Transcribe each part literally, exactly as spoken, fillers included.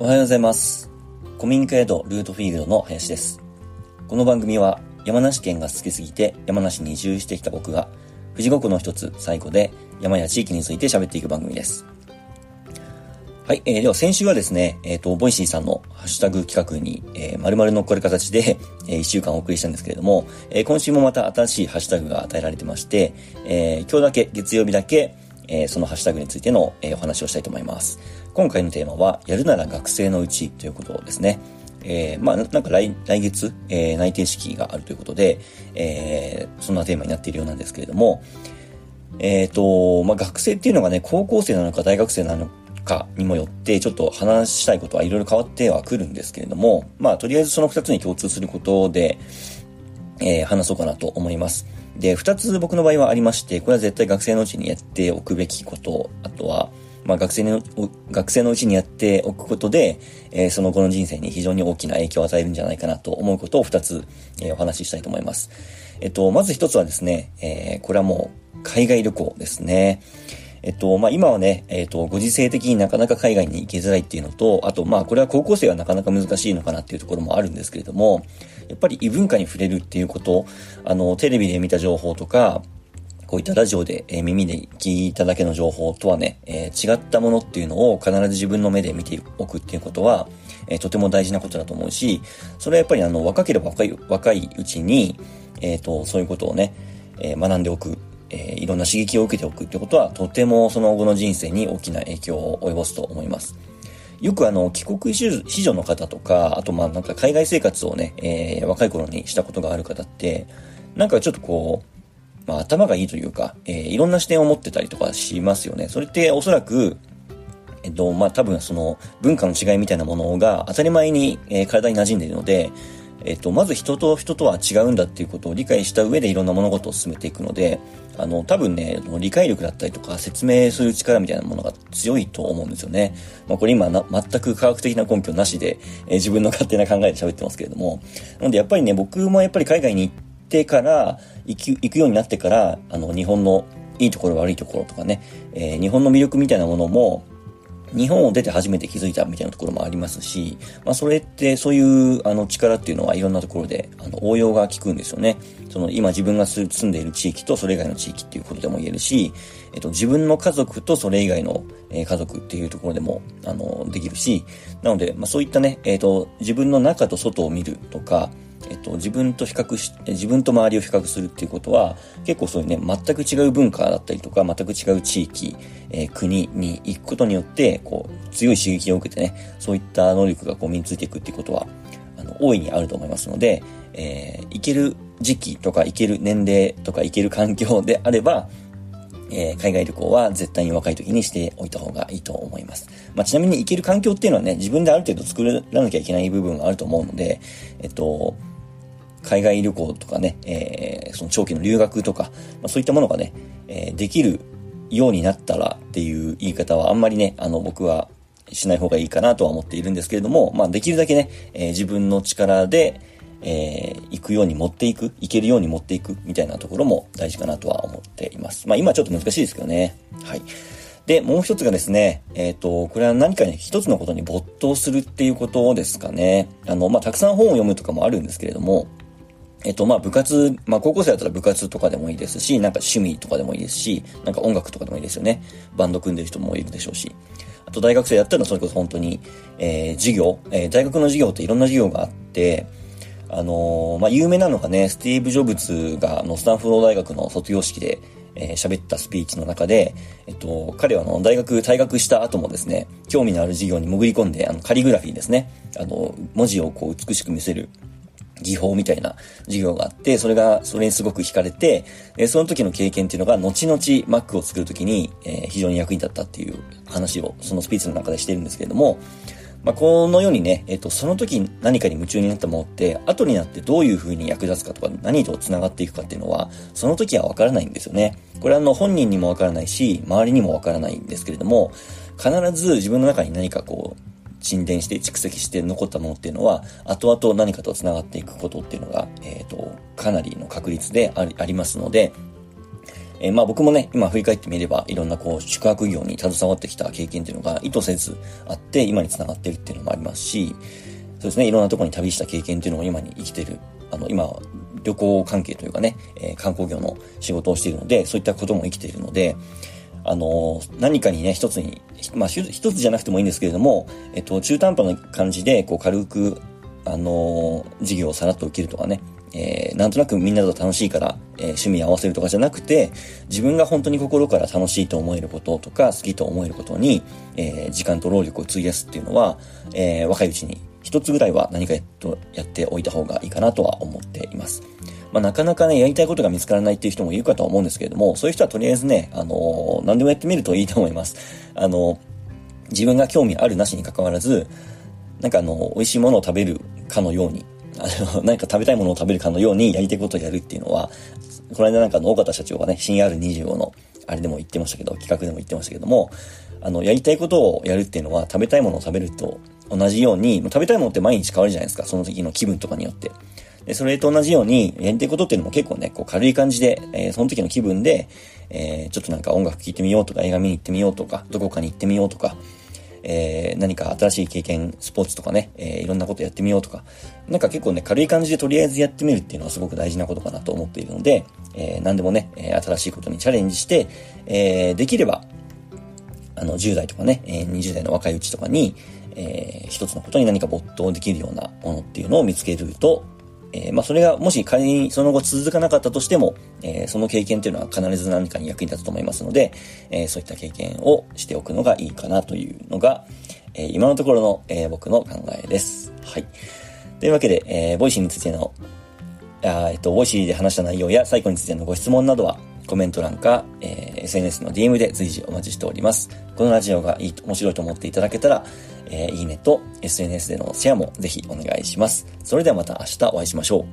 おはようございます。古民家宿ルートフィールドの林です。この番組は山梨県が好きすぎて山梨に移住してきた僕が富士五湖の一つ最古で山や地域について喋っていく番組です。はい、えー、では先週はですね、えっと、ボイシーさんのハッシュタグ企画に、えー、丸々乗っかる形で、えー、いっしゅうかんお送りしたんですけれども、えー、今週もまた新しいハッシュタグが与えられてまして、えー、今日だけ、月曜日だけ、えー、そのハッシュタグについての、えー、お話をしたいと思います。今回のテーマは、やるなら学生のうちということですね。えー、まあ、なんか来、来月、えー、内定式があるということで、えー、そんなテーマになっているようなんですけれども、えっと、まあ、学生っていうのがね、高校生なのか大学生なのかにもよってちょっと話したいことはいろいろ変わってはくるんですけれども、まあとりあえずその二つに共通することで、えー、話そうかなと思います。で、二つ僕の場合はありまして、これは絶対学生のうちにやっておくべきこと、あとはまあ学生の学生のうちにやっておくことで、えー、その後の人生に非常に大きな影響を与えるんじゃないかなと思うことを二つ、えー、お話ししたいと思います。えっとまず一つはですね、えー、これはもう海外旅行ですね。えっと、まあ、今はね、えっと、ご時世的になかなか海外に行きづらいっていうのと、あと、まあ、これは高校生はなかなか難しいのかなっていうところもあるんですけれども、やっぱり異文化に触れるっていうこと、あの、テレビで見た情報とか、こういったラジオで、えー、耳で聞いただけの情報とはね、えー、違ったものっていうのを必ず自分の目で見ておくっていうことは、えー、とても大事なことだと思うし、それはやっぱりあの、若ければ若い、若いうちに、えっと、そういうことをね、えー、学んでおく。えー、いろんな刺激を受けておくってことはとてもその後の人生に大きな影響を及ぼすと思います。よくあの帰国子女の方とか、あとまあなんか海外生活をね、えー、若い頃にしたことがある方ってなんかちょっとこう、まあ、頭がいいというか、えー、いろんな視点を持ってたりとかしますよね。それっておそらくえっとまあ多分その文化の違いみたいなものが当たり前に、えー、体に馴染んでいるので、えっと、まず人と人とは違うんだっていうことを理解した上でいろんな物事を進めていくので、あの、多分ね、理解力だったりとか説明する力みたいなものが強いと思うんですよね。まあこれ今な、全く科学的な根拠なしで、えー、自分の勝手な考えで喋ってますけれども。なのでやっぱりね、僕もやっぱり海外に行ってから、行く、行くようになってから、あの、日本のいいところ悪いところとかね、えー、日本の魅力みたいなものも、日本を出て初めて気づいたみたいなところもありますし、まあそれってそういうあの力っていうのはいろんなところであの応用が効くんですよね。その今自分が住んでいる地域とそれ以外の地域っていうことでも言えるし、えっと自分の家族とそれ以外の、えー、家族っていうところでもあのできるし、なのでまあそういったね、えっと自分の中と外を見るとか、えっと、自分と比較し、自分と周りを比較するっていうことは、結構そういうね、全く違う文化だったりとか、全く違う地域、えー、国に行くことによって、こう、強い刺激を受けてね、そういった能力がこう身についていくっていうことは、あの、大いにあると思いますので、えー、行ける時期とか、行ける年齢とか、行ける環境であれば、えー、海外旅行は絶対に若い時にしておいた方がいいと思います。まあ、ちなみに行ける環境っていうのはね、自分である程度作らなきゃいけない部分があると思うので、えっと、海外旅行とかね、えー、その長期の留学とか、まあ、そういったものがね、えー、できるようになったらっていう言い方はあんまりね、あの僕はしない方がいいかなとは思っているんですけれども、まあできるだけね、えー、自分の力で、えー、行くように持っていく、行けるように持っていくみたいなところも大事かなとは思っています。まあ今ちょっと難しいですけどね。はい。で、もう一つがですね、えっと、これは何かね、一つのことに没頭するっていうことですかね。あの、まあたくさん本を読むとかもあるんですけれども、えっと、まあ、部活、まあ、高校生だったら部活とかでもいいですし、なんか趣味とかでもいいですし、なんか音楽とかでもいいですよね。バンド組んでる人もいるでしょうし。あと、大学生だったらそれこそ本当に、えー、授業、えー、大学の授業っていろんな授業があって、あのー、まあ、有名なのがね、スティーブ・ジョブズが、あの、スタンフォード大学の卒業式で、えー、喋ったスピーチの中で、えっと、彼はあの、大学、退学した後もですね、興味のある授業に潜り込んで、あの、カリグラフィーですね。あの、文字をこう、美しく見せる、技法みたいな授業があって、それが、それにすごく惹かれて、その時の経験っていうのが、後々 Mac を作る時に、えー、非常に役に立ったっていう話を、そのスピーチの中でしてるんですけれども、まあ、このようにね、えっと、その時何かに夢中になったものって、後になってどういう風に役立つかとか、何と繋がっていくかっていうのは、その時はわからないんですよね。これはあの、本人にもわからないし、周りにもわからないんですけれども、必ず自分の中に何かこう、沈殿して蓄積して残ったものっていうのは後々何かと繋がっていくことっていうのが、えっと、かなりの確率であり、ありますので、 えー、まあ僕もね、今振り返ってみれば、いろんなこう、宿泊業に携わってきた経験っていうのが意図せずあって、今に繋がってるっていうのもありますし、そうですね、いろんなところに旅した経験っていうのも今に生きてる、あの、今、旅行関係というかね、えー、観光業の仕事をしているので、そういったことも生きているので、あのー、何かにね、一つに、まあ、一つじゃなくてもいいんですけれども、えっと、中途半端な感じで、こう、軽く、あのー、授業をさらっと受けるとかね、えー、なんとなくみんなと楽しいから、えー、趣味合わせるとかじゃなくて、自分が本当に心から楽しいと思えることとか、好きと思えることに、えー、時間と労力を費やすっていうのは、えー、若いうちに一つぐらいは何かやっとやっておいた方がいいかなとは思っています。まあ、なかなかね、やりたいことが見つからないっていう人もいるかとは思うんですけれども、そういう人はとりあえずね、あのー、何でもやってみるといいと思います。あのー、自分が興味あるなしに関わらず、なんかあの、美味しいものを食べるかのように、あの、何か食べたいものを食べるかのようにやりたいことをやるっていうのは、この間なんかの尾形社長がね、シーアールにじゅうご の、あれでも言ってましたけど、企画でも言ってましたけども、あの、やりたいことをやるっていうのは、食べたいものを食べると同じように、食べたいものって毎日変わるじゃないですか、その時の気分とかによって。で、それと同じように、やりたいことっていうのも結構ね、こう軽い感じで、えー、その時の気分で、えー、ちょっとなんか音楽聴いてみようとか、映画見に行ってみようとか、どこかに行ってみようとか、えー、何か新しい経験、スポーツとかね、えー、いろんなことやってみようとか、なんか結構ね、軽い感じでとりあえずやってみるっていうのはすごく大事なことかなと思っているので、えー、何でもね、新しいことにチャレンジして、えー、できれば、あの、じゅう代とかね、にじゅう代の若いうちとかに、えー、一つのことに何か没頭できるようなものっていうのを見つけると、えー、まあそれがもし仮にその後続かなかったとしても、えー、その経験っていうのは必ず何かに役に立つと思いますので、えー、そういった経験をしておくのがいいかなというのが、えー、今のところの、えー、僕の考えです。はい。というわけで、えー、ボイシーについての、あえっと、ボイシーで話した内容やサイコについてのご質問などは、コメント欄か、えー、エスエヌエス の ディーエム で随時お待ちしております。このラジオがいい、面白いと思っていただけたら、えー、いいねと エスエヌエス でのシェアもぜひお願いします。それではまた明日お会いしましょう。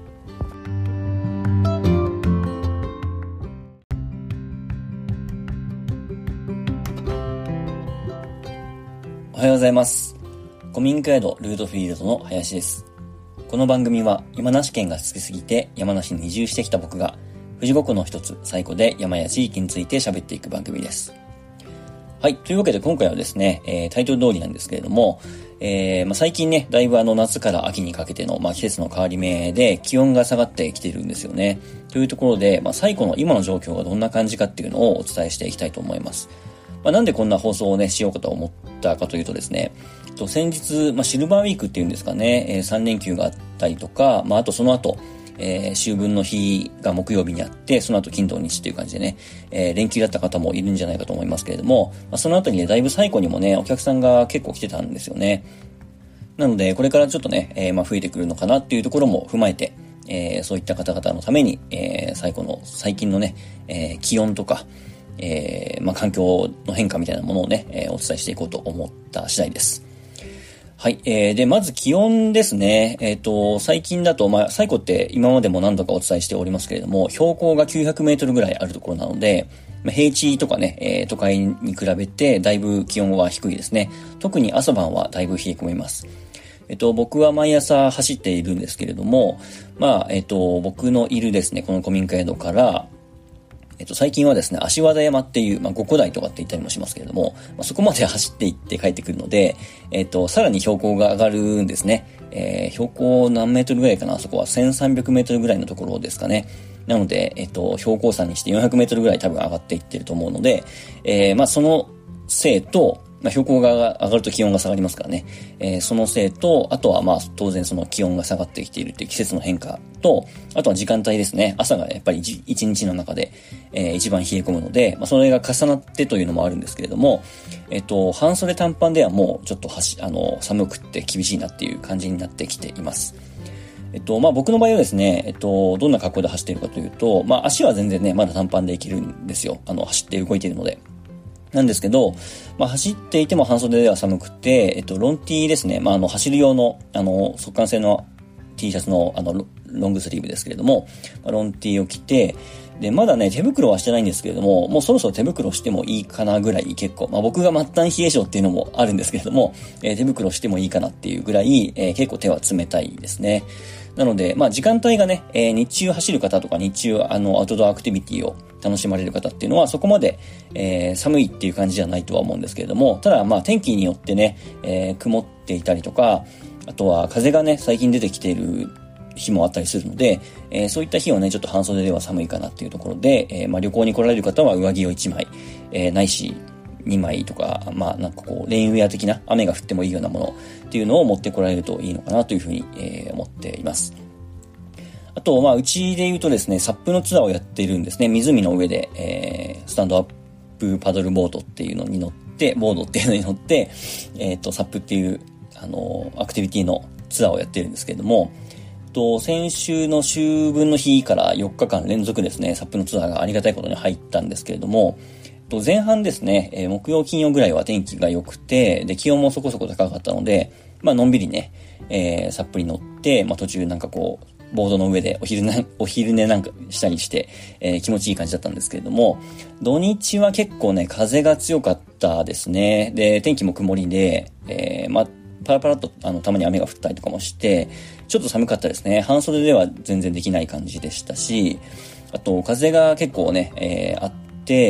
おはようございます。古民家宿ルートフィールドの林です。この番組は山梨県が好きすぎて山梨に移住してきた僕が富士五湖の一つ最古で山や地域について喋っていく番組です。はい。というわけで今回はですね、えー、タイトル通りなんですけれども、えーまあ、最近ね、だいぶあの夏から秋にかけての、まあ、季節の変わり目で気温が下がってきているんですよね。というところで、まあ、最古の今の状況がどんな感じかっていうのをお伝えしていきたいと思います。まあ、なんでこんな放送をね、しようかと思ったかというとですね、と先日、まあ、シルバーウィークっていうんですかね、えー、さん連休があったりとか、まあ、あとその後、えー、秋分の日が木曜日にあって、その後金土日っていう感じでね、えー、連休だった方もいるんじゃないかと思いますけれども、まあ、その後にね、だいぶ最後にもね、お客さんが結構来てたんですよね。なので、これからちょっとね、えー、まあ増えてくるのかなっていうところも踏まえて、えー、そういった方々のために、えー、最後の、最近のね、えー、気温とか、えー、まあ環境の変化みたいなものをね、えー、お伝えしていこうと思った次第です。はい。えー、で、まず気温ですね。えっと、最近だと、まあ、最古って今までも何度かお伝えしておりますけれども、標高がきゅうひゃくメートルぐらいあるところなので、まあ、平地とかね、えー、都会に比べてだいぶ気温は低いですね。特に朝晩はだいぶ冷え込みます。えっと、僕は毎朝走っているんですけれども、まあ、えっと、僕のいるですね、この古民家宿から、えっと、最近はですね、足和田山っていう、まあ、五湖台とかって言ったりもしますけれども、まあ、そこまで走って行って帰ってくるので、えっと、さらに標高が上がるんですね。えー、標高何メートルぐらいかな、そこはせんさんびゃくメートルぐらいのところですかね。なので、えっと、標高差にしてよんひゃくメートルぐらい多分上がっていってると思うので、えー、まあ、そのせいと、まあ、標高が上がると気温が下がりますからね。えー、そのせいと、あとはまあ当然その気温が下がってきているっていう季節の変化と、あとは時間帯ですね。朝がやっぱり一日の中で、えー、一番冷え込むので、まあ、それが重なってというのもあるんですけれども、えっと、半袖短パンではもうちょっとはし、あの、寒くって厳しいなっていう感じになってきています。えっと、まあ、僕の場合はですね、えっと、どんな格好で走っているかというと、まあ、足は全然ね、まだ短パンでいけるんですよ。あの、走って動いているので。なんですけど、まあ、走っていても半袖では寒くて、えっと、ロン T ですね。まあ、あの、走る用の、あの、速乾性の T シャツの、あの、ロングスリーブですけれども、まあ、ロン T を着て、で、まだね、手袋はしてないんですけれども、もうそろそろ手袋してもいいかなぐらい結構、まあ、僕が末端冷え性っていうのもあるんですけれども、えー、手袋してもいいかなっていうぐらい、えー、結構手は冷たいですね。 なので、まあ時間帯がね、えー、日中走る方とか日中あのアウトドアアクティビティを楽しまれる方っていうのはそこまで、えー、寒いっていう感じじゃないとは思うんですけれども、ただまあ天気によってね、えー、曇っていたりとか、あとは風がね、最近出てきている日もあったりするので、えー、そういった日はね、ちょっと半袖では寒いかなっていうところで、えー、まあ旅行に来られる方は上着をいちまい、えー、ないしにまいとか、まあなんかこう、レインウェア的な雨が降ってもいいようなものっていうのを持ってこられるといいのかなというふうに、えー、思っています。あと、まあうちで言うとですね、サップのツアーをやっているんですね。湖の上で、えー、スタンドアップパドルボードっていうのに乗って、ボードっていうのに乗って、えっと、サップっていう、あの、アクティビティのツアーをやってるんですけれども、と先週の秋分の日からよっかかん連続ですね、サップのツアーがありがたいことに入ったんですけれども、と前半ですね、えー、木曜金曜ぐらいは天気が良くて、で、気温もそこそこ高かったので、まあ、のんびりね、えー、サップに乗って、まあ、途中なんかこう、ボードの上でお昼な、お昼寝なんかしたりして、えー、気持ちいい感じだったんですけれども、土日は結構ね、風が強かったですね。で、天気も曇りで、えー、まあ、パラパラっとあのたまに雨が降ったりとかもして、ちょっと寒かったですね。半袖では全然できない感じでしたし、あと風が結構ね、えー、あって、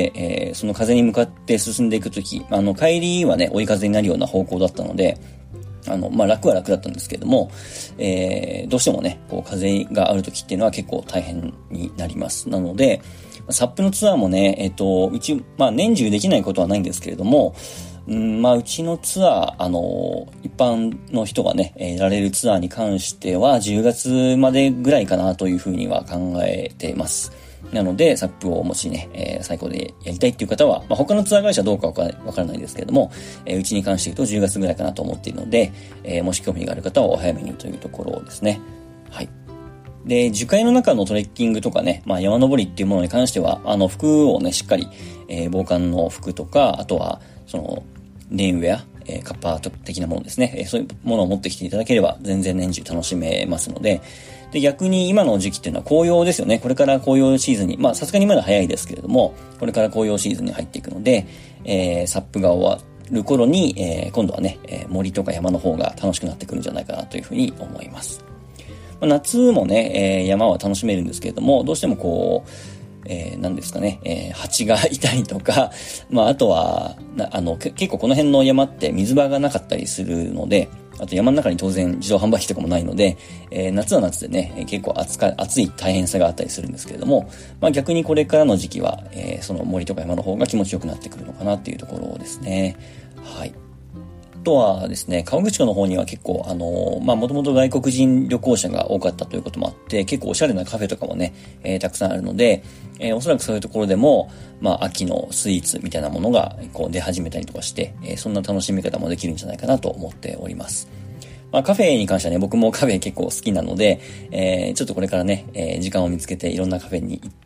えー、その風に向かって進んでいくとき、あの帰りはね、追い風になるような方向だったので、あの、まあ、楽は楽だったんですけれども、えー、どうしてもね、こう風があるときっていうのは結構大変になります。なので、サップのツアーもね、えっと、うち、まあ、年中できないことはないんですけれども、うん、まあ、うちのツアー、あの、一般の人がね、やられるツアーに関しては、じゅうがつまでぐらいかなというふうには考えています。なので、サップをもしね、えー、最高でやりたいっていう方は、まあ、他のツアー会社どうかわからないですけれども、えー、うちに関して言うとじゅうがつぐらいかなと思っているので、えー、もし興味がある方はお早めにというところですね。はい。で、樹海の中のトレッキングとかね、まあ山登りっていうものに関しては、あの服をね、しっかり、えー、防寒の服とか、あとは、その、レインウェア、えー、カッパー的なものですね、えー。そういうものを持ってきていただければ、全然年中楽しめますので、で、逆に今の時期っていうのは紅葉ですよね。これから紅葉シーズンに、まあさすがにまだ早いですけれども、これから紅葉シーズンに入っていくので、えー、サップが終わる頃に、えー、今度はね、えー、森とか山の方が楽しくなってくるんじゃないかなというふうに思います。夏もね、えー、山は楽しめるんですけれども、どうしてもこう、えー、何ですかね、えー、蜂がいたりとか、まあ、あとは、あの、結構この辺の山って水場がなかったりするので、あと山の中に当然自動販売機とかもないので、えー、夏は夏でね、結構暑か、暑い大変さがあったりするんですけれども、まあ逆にこれからの時期は、えー、その森とか山の方が気持ちよくなってくるのかなっていうところですね。はい。あとはですね、河口湖の方には結構、あのー、まあ、もともと外国人旅行者が多かったということもあって、結構おしゃれなカフェとかもね、えー、たくさんあるので、えー、おそらくそういうところでも、まあ、秋のスイーツみたいなものが、こう出始めたりとかして、えー、そんな楽しみ方もできるんじゃないかなと思っております。まあ、カフェに関してはね、僕もカフェ結構好きなので、えー、ちょっとこれからね、えー、時間を見つけていろんなカフェに行って、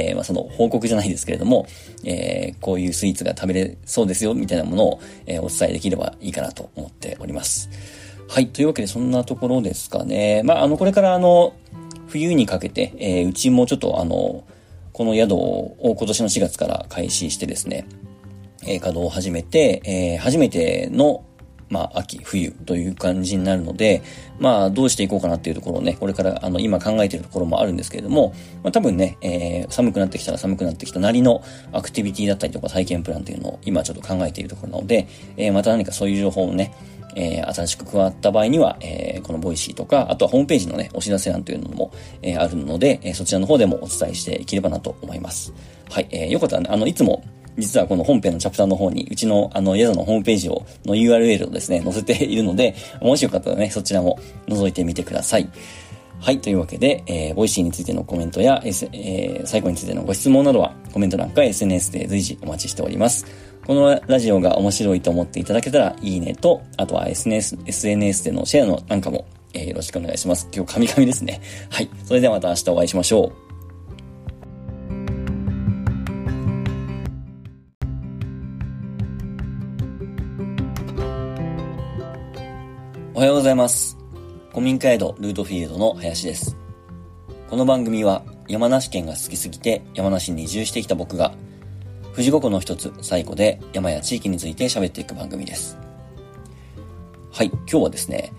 えー、まあ、その報告じゃないですけれども、えー、こういうスイーツが食べれそうですよ、みたいなものを、えー、お伝えできればいいかなと思っております。はい。というわけで、そんなところですかね。まあ、あの、これからあの、冬にかけて、えー、うちもちょっとあの、この宿を今年のしがつから開始してですね、えー、稼働を始めて、えー、初めてのまあ、秋、冬という感じになるので、まあ、どうしていこうかなっていうところをね、これから、あの、今考えているところもあるんですけれども、まあ、多分ね、えー、寒くなってきたら寒くなってきたなりのアクティビティだったりとか体験プランっていうのを今ちょっと考えているところなので、えー、また何かそういう情報をね、えー、新しく加わった場合には、えー、このボイシーとか、あとはホームページのね、お知らせ欄というのも、えー、あるので、えー、そちらの方でもお伝えしていければなと思います。はい、えー、よかったらね、あの、いつも、実はこの本編のチャプターの方に、うちのあの宿のホームページを、の ユーアールエル をですね、載せているので、もしよかったらね、そちらも覗いてみてください。はい、というわけで、えー、ボイシーについてのコメントや、S えー、最後についてのご質問などは、コメント欄か エスエヌエス で随時お待ちしております。このラジオが面白いと思っていただけたら、いいねと、あとは エスエヌエス、エスエヌエス でのシェアのなんかも、えー、よろしくお願いします。今日神々ですね。はい、それではまた明日お会いしましょう。おはようございます。古民家宿ルートフィールドの林です。この番組は山梨県が好きすぎて山梨に移住してきた僕が富士五湖の一つ西湖で山や地域について喋っていく番組です。はい、今日はですね、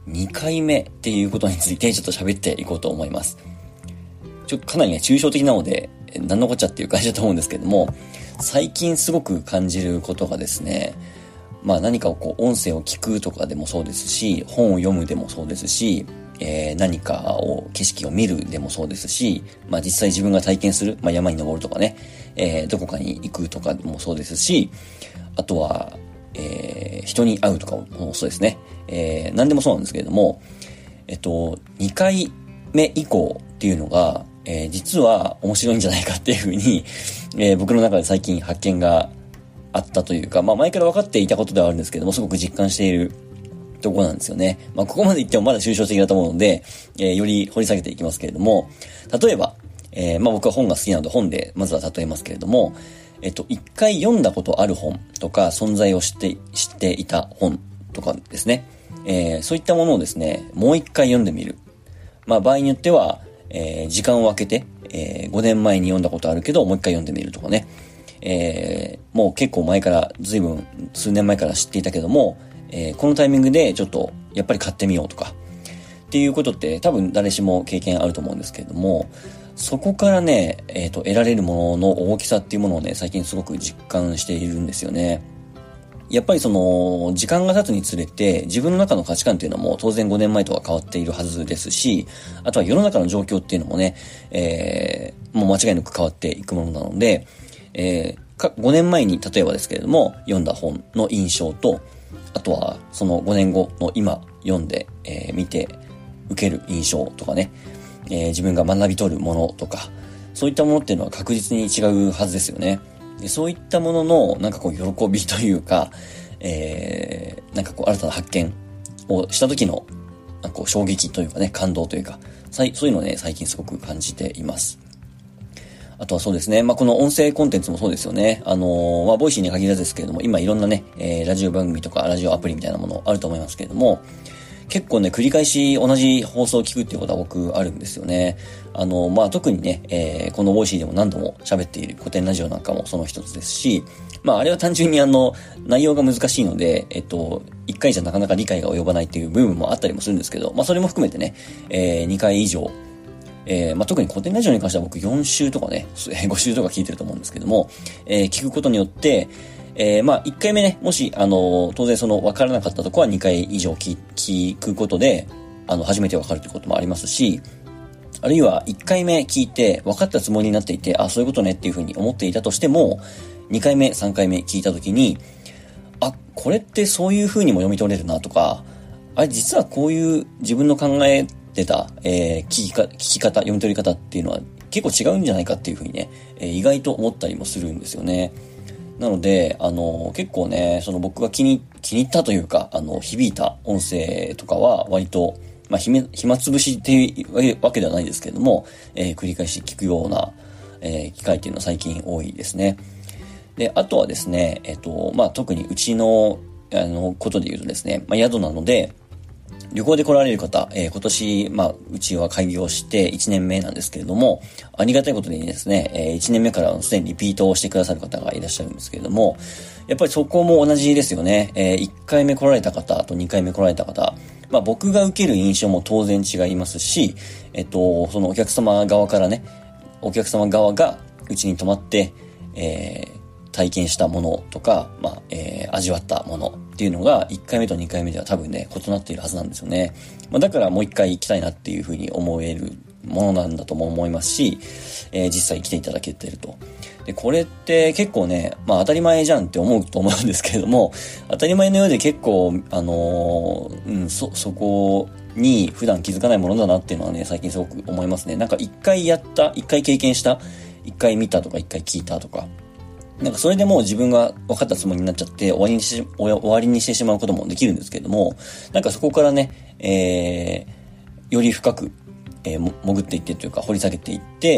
にかいめっていうことについてちょっと喋っていこうと思います。ちょっとかなりね、抽象的なので、何のこっちゃっていう感じだと思うんですけども、最近すごく感じることがですね、まあ何かをこう音声を聞くとかでもそうですし、本を読むでもそうですし、えー、何かを景色を見るでもそうですし、まあ実際自分が体験する、まあ山に登るとかね、えー、どこかに行くとかもそうですし、あとは、えー、人に会うとかもそうですね。えー、何でもそうなんですけれども、えっと、にかいめ以降っていうのが、えー、実は面白いんじゃないかっていうふうに、えー、僕の中で最近発見があったというか、まあ前から分かっていたことではあるんですけども、すごく実感しているところなんですよね。まあここまで言ってもまだ抽象的だと思うので、えー、より掘り下げていきますけれども、例えば、えー、まあ僕は本が好きなので本でまずは例えますけれども、えっと、一回読んだことある本とか、存在を知って、知っていた本とかですね、えー、そういったものをですね、もう一回読んでみる。まあ場合によっては、えー、時間を空けて、えー、ごねんまえに読んだことあるけど、もう一回読んでみるとかね。えー、もう結構前から、ずいぶん数年前から知っていたけども、えー、このタイミングでちょっと、やっぱり買ってみようとか、っていうことって多分誰しも経験あると思うんですけれども、そこからね、えっと、得られるものの大きさっていうものをね、最近すごく実感しているんですよね。やっぱりその、時間が経つにつれて、自分の中の価値観っていうのも当然ごねんまえとは変わっているはずですし、あとは世の中の状況っていうのもね、えー、もう間違いなく変わっていくものなので、えー、かごねんまえに例えばですけれども、読んだ本の印象と、あとはそのごねんごの今読んで、えー、見て受ける印象とかね、えー、自分が学び取るものとか、そういったものっていうのは確実に違うはずですよね。でそういったものの、なんかこう、喜びというか、えー、なんかこう、新たな発見をした時の、なんかこう、衝撃というかね、感動というか、そういうのをね、最近すごく感じています。あとはそうですね、まあ、この音声コンテンツもそうですよね。あのー、まあ、ボイシーに限らずですけれども、今いろんなね、えー、ラジオ番組とかラジオアプリみたいなものあると思いますけれども、結構ね、繰り返し同じ放送を聞くっていうことは僕あるんですよね。あの、まあ、特にね、えー、このボイシーでも何度も喋っている古典ラジオなんかもその一つですし、まあ、あれは単純にあの、内容が難しいので、えっと、一回じゃなかなか理解が及ばないっていう部分もあったりもするんですけど、まあ、それも含めてね、えー、にかい以上、えー、まあ、特に古典ラジオに関しては僕よん週とかね、ご週とか聞いてると思うんですけども、えー、聞くことによって、えー、まあ、いっかいめね、もし、あの、当然その、分からなかったとこはにかい以上聞、聞くことで、あの、初めて分かるということもありますし、あるいは、いっかいめ聞いて、分かったつもりになっていて、あ、そういうことねっていうふうに思っていたとしても、にかいめ、さんかいめ聞いたときに、あ、これってそういうふうにも読み取れるなとか、あれ、実はこういう自分の考えてた、えー、聞きか、聞き方、読み取り方っていうのは結構違うんじゃないかっていうふうにね、えー、意外と思ったりもするんですよね。なので、あの、結構ね、その僕が気に、気に入ったというか、あの、響いた音声とかは割と、まあ、暇、暇つぶしっていうわけではないですけれども、えー、繰り返し聞くような、えー、機会っていうのは最近多いですね。で、あとはですね、えっと、まあ、特にうちの、あの、ことで言うとですね、まあ、宿なので、旅行で来られる方、えー、今年、まあ、うちは開業していちねんめなんですけれども、ありがたいことにですね、えー、いちねんめからすでにリピートをしてくださる方がいらっしゃるんですけれども、やっぱりそこも同じですよね。えー、いっかいめ来られた方とにかいめ来られた方、まあ、僕が受ける印象も当然違いますし、えっと、そのお客様側からね、お客様側がうちに泊まって、えー、体験したものとか、まあ、えー、味わったものっていうのがいっかいめとにかいめでは多分ね、異なっているはずなんですよね。まあ、だからもう一回行きたいなっていうふうに思えるものなんだとも思いますし、えー、実際来ていただけてると。で、これって結構ね、まあ当たり前じゃんって思うと思うんですけれども、当たり前のようで結構、あのー、うん、そ、そこに普段気づかないものだなっていうのはね、最近すごく思いますね。なんか一回やった、一回経験した、一回見たとか一回聞いたとか、なんかそれでもう自分が分かったつもりになっちゃって終わりにし、終わりにしてしまうこともできるんですけれども、なんかそこからね、えー、より深く、えー、潜っていってというか掘り下げていって、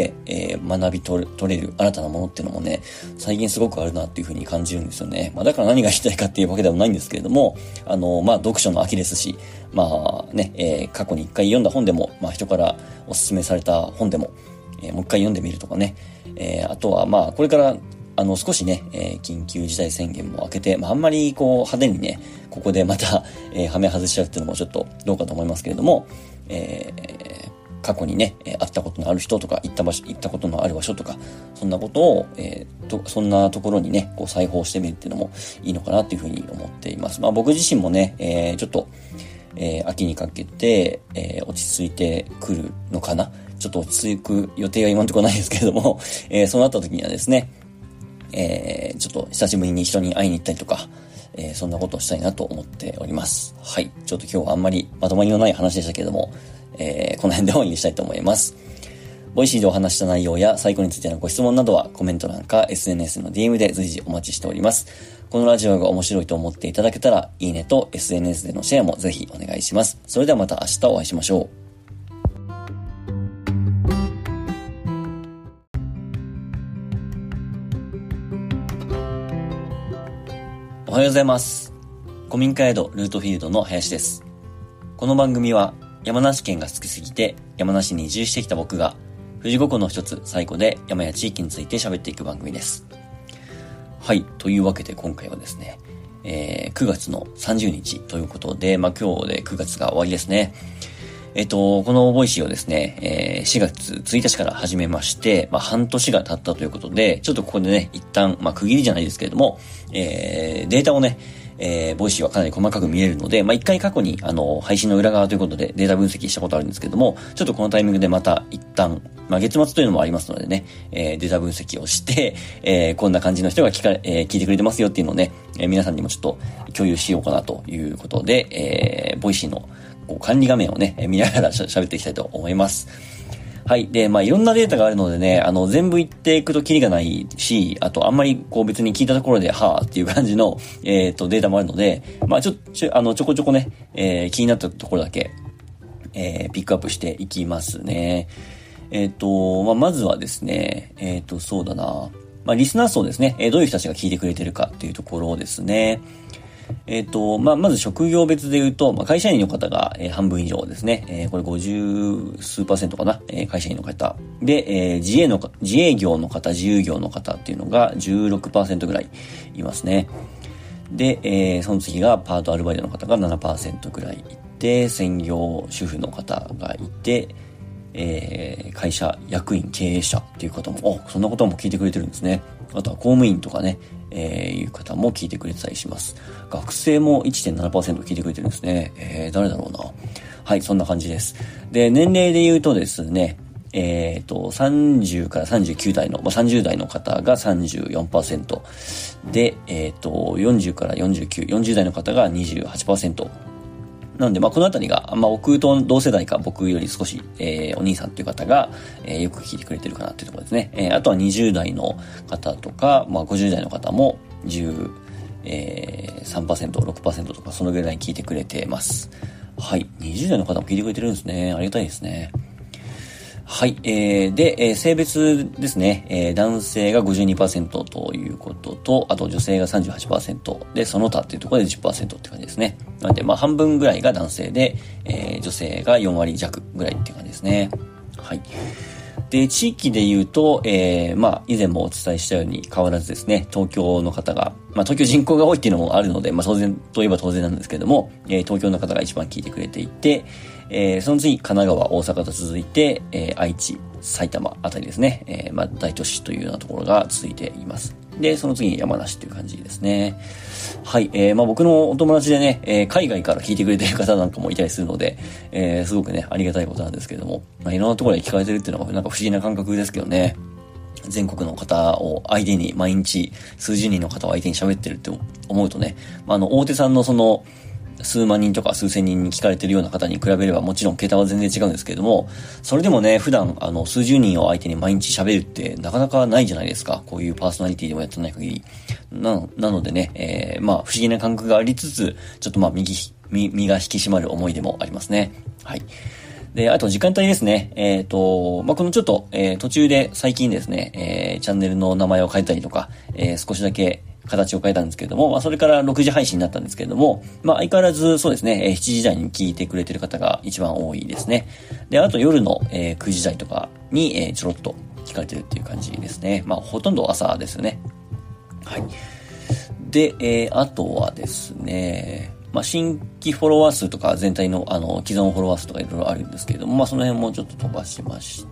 えー、学び取れ、取れる新たなものっていうのもね、最近すごくあるなっていうふうに感じるんですよね。まあだから何が言いたいかっていうわけではないんですけれども、あの、まあ読書の秋ですし、まあね、えー、過去に一回読んだ本でも、まあ人からお勧めされた本でも、えー、もう一回読んでみるとかね、えー、あとはまあこれからあの、少しね、えー、緊急事態宣言も明けて、まあ、あんまりこう、派手にね、ここでまた、えー、はめ外しちゃうっていうのもちょっとどうかと思いますけれども、えー、過去にね、えー、会ったことのある人とか、行った場所、行ったことのある場所とか、そんなことを、えー、と、そんなところにね、こう、再訪してみるっていうのもいいのかなっていうふうに思っています。まあ、僕自身もね、えー、ちょっと、えー、秋にかけて、えー、落ち着いてくるのかな。ちょっと落ち着く予定は今のところないですけれども、えー、そうなった時にはですね、えー、ちょっと久しぶりに人に会いに行ったりとか、えー、そんなことをしたいなと思っております。はい。ちょっと今日はあんまりまとまりのない話でしたけれども、えー、この辺で終わりにしたいと思います。ボイシーでお話した内容や最後についてのご質問などはコメント欄か エスエヌエス の ディーエム で随時お待ちしております。このラジオが面白いと思っていただけたら、いいねと エスエヌエス でのシェアもぜひお願いします。それではまた明日お会いしましょう。おはようございます。古民家宿ルートフィールドの林です。この番組は山梨県が好きすぎて山梨に移住してきた僕が富士五湖の一つ西湖で山や地域について喋っていく番組です。はい。というわけで今回はですね、えー、くがつのさんじゅうにちということで、まあ、今日でくがつが終わりですね。えっと、このボイシーをですね、えー、しがつついたちから始めまして、まあ、半年が経ったということで、ちょっとここでね、一旦、まあ、区切りじゃないですけれども、えー、データをね、えー、ボイシーはかなり細かく見れるので、まあ、一回過去に、あの、配信の裏側ということでデータ分析したことあるんですけれども、ちょっとこのタイミングでまた一旦、まあ、月末というのもありますのでね、えー、データ分析をして、えー、こんな感じの人が聞か、えー、聞いてくれてますよっていうのをね、えー、皆さんにもちょっと共有しようかなということで、えー、ボイシーのこう管理画面をね、見ながらしゃ喋っていきたいと思います。はい。で、まあ、いろんなデータがあるのでね、あの、全部言っていくとキリがないし、あと、あんまり、こう、別に聞いたところで、はぁっていう感じの、えっと、データもあるので、まあ、ちょ、ちょ、あの、ちょこちょこね、えー、気になったところだけ、えー、ピックアップしていきますね。えっと、まあ、まずはですね、えっと、そうだな。まあ、リスナー層ですね、えー、どういう人たちが聞いてくれてるかっていうところですね。えっと、まあ、まず職業別で言うと、まあ、会社員の方が、えー、半分以上ですね。えー、これごじゅうすうパーセントかな。えー、会社員の方。で、えー、自営の、自営業の方、自由業の方っていうのが じゅうろくパーセント ぐらいいますね。で、えー、その次がパートアルバイトの方が ななパーセント ぐらいいて、専業主婦の方がいて、えー、会社、役員、経営者っていう方も、お、そんなことも聞いてくれてるんですね。あとは公務員とかね、えー、いう方も聞いてくれてたりします。学生も いってんななパーセント 聞いてくれてるんですね。えー、誰だろうな。はい、そんな感じです。で、年齢で言うとですね、えっと、さんじゅうからさんじゅうきゅうだいの、まあ、さんじゅうだいの方が さんじゅうよんパーセント。で、えっと、よんじゅうからよんじゅうきゅう、よんじゅうだいの方が にじゅうはちパーセント。なので、まあ、このあたりが、まあ、僕と同世代か、僕より少し、えー、お兄さんという方が、えー、よく聞いてくれてるかなっていうところですね。えー、あとはにじゅうだいの方とか、まあ、ごじゅうだいの方も、じゅうさんパーセント、ろくパーセントとか、そのぐらい聞いてくれてます。はい。にじゅうだいの方も聞いてくれてるんですね。ありがたいですね。はい。えー、で、えー、性別ですね。えー、男性が ごじゅうにパーセント ということと、あと女性が さんじゅうはちパーセント で、その他っていうところで じゅっパーセント って感じですね。なので、まあ、半分ぐらいが男性で、えー、女性がよんわりじゃくぐらいっていう感じですね。はい。で、地域で言うと、えー、まあ、以前もお伝えしたように変わらずですね、東京の方が、まあ、東京人口が多いっていうのもあるので、まあ、当然といえば当然なんですけども、えー、東京の方が一番聞いてくれていて、えー、その次、神奈川、大阪と続いて、えー、愛知、埼玉あたりですね、えー、まあ、大都市というようなところが続いています。で、その次に山梨という感じですね。はい、えー、まあ僕のお友達でね、えー、海外から聞いてくれている方なんかもいたりするので、えー、すごくね、ありがたいことなんですけれども、まあいろんなところで聞かれてるっていうのがなんか不思議な感覚ですけどね。全国の方を相手に毎日数十人の方を相手に喋ってるって思うとね、まあ、あの大手さんのその数万人とか数千人に聞かれてるような方に比べればもちろん桁は全然違うんですけれども、それでもね、普段あの数十人を相手に毎日喋るってなかなかないじゃないですか。こういうパーソナリティでもやってない限り。な、なのでね、えー、まあ不思議な感覚がありつつ、ちょっとまあ右、身、身が引き締まる思いでもありますね。はい。で、あと時間帯ですね。えっと、まあ、このちょっと、えー、途中で最近ですね、えー、チャンネルの名前を変えたりとか、えー、少しだけ形を変えたんですけれども、まあ、それからろくじ配信になったんですけれども、まあ、相変わらずそうですね、しちじ台に聞いてくれてる方が一番多いですね。で、あと夜の、えー、くじ台とかに、えー、ちょろっと聞かれてるっていう感じですね。まあ、ほとんど朝ですよね。 はい。で、えー、あとはですね、まあ、新規フォロワー数とか全体のあの既存フォロワー数とかいろいろあるんですけれども、まあ、その辺もちょっと飛ばしまして、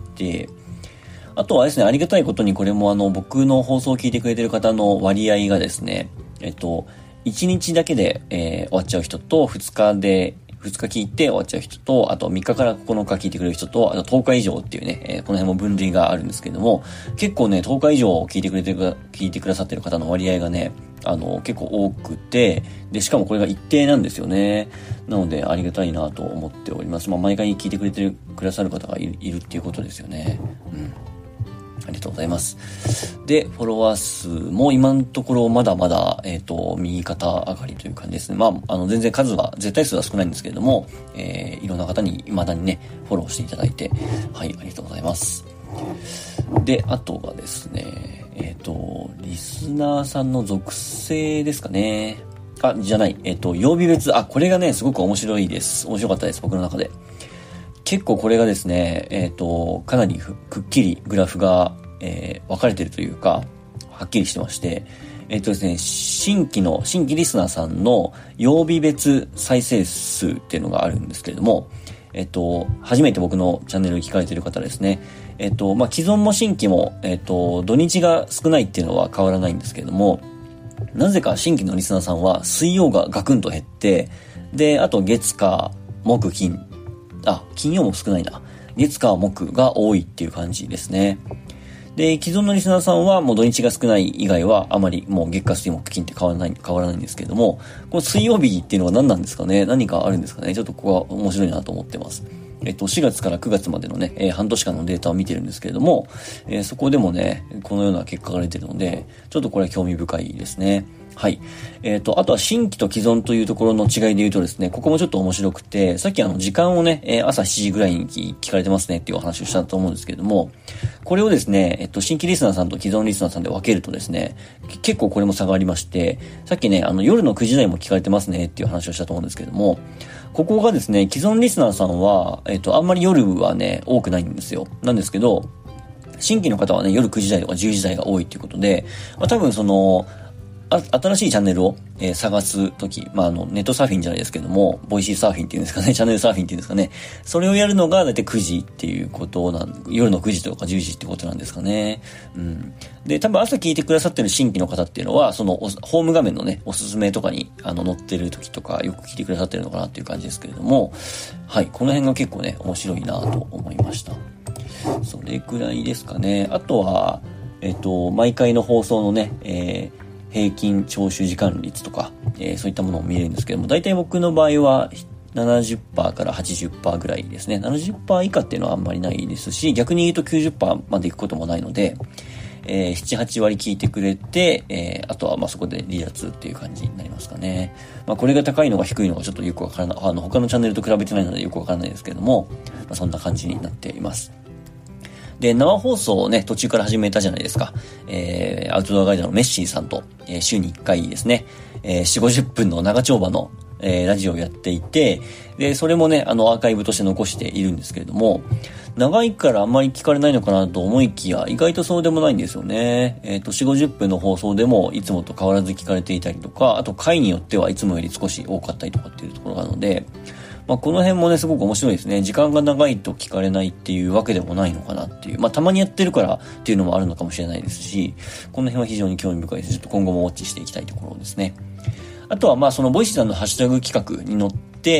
あとはですね、ありがたいことにこれもあの僕の放送を聞いてくれてる方の割合がですね、えっと、いちにちだけで、えー、終わっちゃう人とふつかで、ふつか聞いて終わっちゃう人と、あとみっかからここのか聞いてくれる人と、あととおか以上っていうね、えー、この辺も分類があるんですけれども、結構ね、とおか以上聞いてくれてる、聞いてくださってる方の割合がね、あの、結構多くて、で、しかもこれが一定なんですよね。なので、ありがたいなと思っております。まあ、毎回聞いてくれてる、くださる方がいる、いるっていうことですよね。うん。ありがとうございます。で、フォロワー数も今のところまだまだ、えっと、右肩上がりという感じですね。まあ、あの、全然数は、絶対数は少ないんですけれども、えー、いろんな方に未だにね、フォローしていただいて、はい、ありがとうございます。で、あとはですね、えっと、リスナーさんの属性ですかね。あ、じゃない。えっと、曜日別、あ、これがね、すごく面白いです。面白かったです、僕の中で。結構これがですね、えっと、かなりくっきりグラフが、えー、分かれてるというか、はっきりしてまして、えっとですね、新規の、新規リスナーさんの曜日別再生数っていうのがあるんですけれども、えっと、初めて僕のチャンネルを聞かれている方ですね。えっと、まあ、既存も新規も、えっと、土日が少ないっていうのは変わらないんですけれども、なぜか新規のリスナーさんは水曜がガクンと減って、で、あと月火木金、あ、金曜も少ないな。月火木が多いっていう感じですね。で、既存のリスナーさんはもう土日が少ない以外はあまりもう月火水木金って変わらない、変わらないんですけれども、この水曜日っていうのは何なんですかね？何かあるんですかね？ちょっとここは面白いなと思ってます。えっと、しがつからくがつまでのね、えー、半年間のデータを見てるんですけれども、えー、そこでもね、このような結果が出てるので、ちょっとこれは興味深いですね。はい。えっと、あとは新規と既存というところの違いで言うとですね、ここもちょっと面白くて、さっきあの時間をね、えー、朝しちじぐらいに聞かれてますねっていうお話をしたと思うんですけれども、これをですね、えっと、新規リスナーさんと既存リスナーさんで分けるとですね、結構これも差がありまして、さっきね、あの夜のくじ台も聞かれてますねっていう話をしたと思うんですけれども、ここがですね、既存リスナーさんは、えっと、あんまり夜はね、多くないんですよ。なんですけど、新規の方はね、夜くじ台とかじゅうじ台が多いっていうことで、まあ、多分その、あ、新しいチャンネルを、えー、探すとき、まあ、あの、ネットサーフィンじゃないですけども、ボイシーサーフィンっていうんですかね、チャンネルサーフィンっていうんですかね。それをやるのが、だいたいくじっていうことなん、夜のくじとかじゅうじってことなんですかね。うん。で、多分朝聞いてくださってる新規の方っていうのは、その、ホーム画面のね、おすすめとかに、あの、載ってる時とか、よく聞いてくださってるのかなっていう感じですけれども、はい、この辺が結構ね、面白いなと思いました。それくらいですかね。あとは、えっと、毎回の放送のね、えー、平均聴取時間率とか、えー、そういったものを見れるんですけども、大体僕の場合は ななじゅっパーセント から はちじゅっパーセント ぐらいですね。ななじゅっパーセント 以下っていうのはあんまりないですし、逆に言うと きゅうじゅっパーセント まで行くこともないので、えー、なな、はち割聞いてくれて、えー、あとはまあそこで離脱っていう感じになりますかね。まあこれが高いのか低いのかちょっとよくわからない、あの他のチャンネルと比べてないのでよくわからないですけれども、まあ、そんな感じになっています。で、生放送をね、途中から始めたじゃないですか。えー、アウトドアガイドのメッシーさんと、えー、週にいっかいですね、えー、よんじゅう、ごじゅっぷんの長丁場の、えー、ラジオをやっていて、で、それもね、あの、アーカイブとして残しているんですけれども、長いからあんまり聞かれないのかなと思いきや、意外とそうでもないんですよね。えっと、よんじゅう、ごじゅっぷんの放送でもいつもと変わらず聞かれていたりとか、あと回によってはいつもより少し多かったりとかっていうところがあるので、まあ、この辺もね、すごく面白いですね。時間が長いと聞かれないっていうわけでもないのかなっていう。まあ、たまにやってるからっていうのもあるのかもしれないですし、この辺は非常に興味深いです。ちょっと今後もウォッチしていきたいところですね。あとは、まあ、そのボイシーさんのハッシュタグ企画に乗って、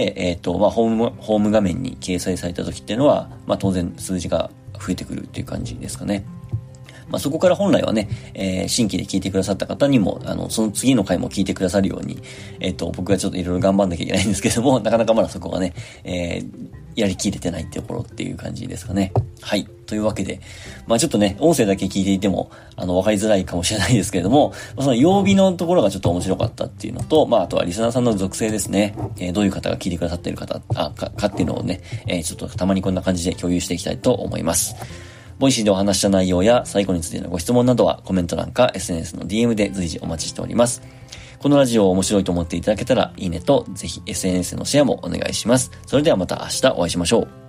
えっと、まあ、ホーム、ホーム画面に掲載された時っていうのは、まあ、当然数字が増えてくるっていう感じですかね。まあ、そこから本来はね、えー、新規で聞いてくださった方にも、あの、その次の回も聞いてくださるように、えっと、僕がちょっといろいろ頑張んなきゃいけないんですけども、なかなかまだそこがね、えー、やりきれてないってところっていう感じですかね。はい。というわけで、まあちょっとね、音声だけ聞いていても、あの、わかりづらいかもしれないですけれども、その曜日のところがちょっと面白かったっていうのと、まああとはリスナーさんの属性ですね。えー、どういう方が聞いてくださっている方、あ、か、かっていうのをね、えー、ちょっとたまにこんな感じで共有していきたいと思います。ボイシーでお話した内容や最後についてのご質問などはコメント欄か エスエヌエス の ディーエム で随時お待ちしております。このラジオを面白いと思っていただけたらいいねと、ぜひ エスエヌエス のシェアもお願いします。それではまた明日お会いしましょう。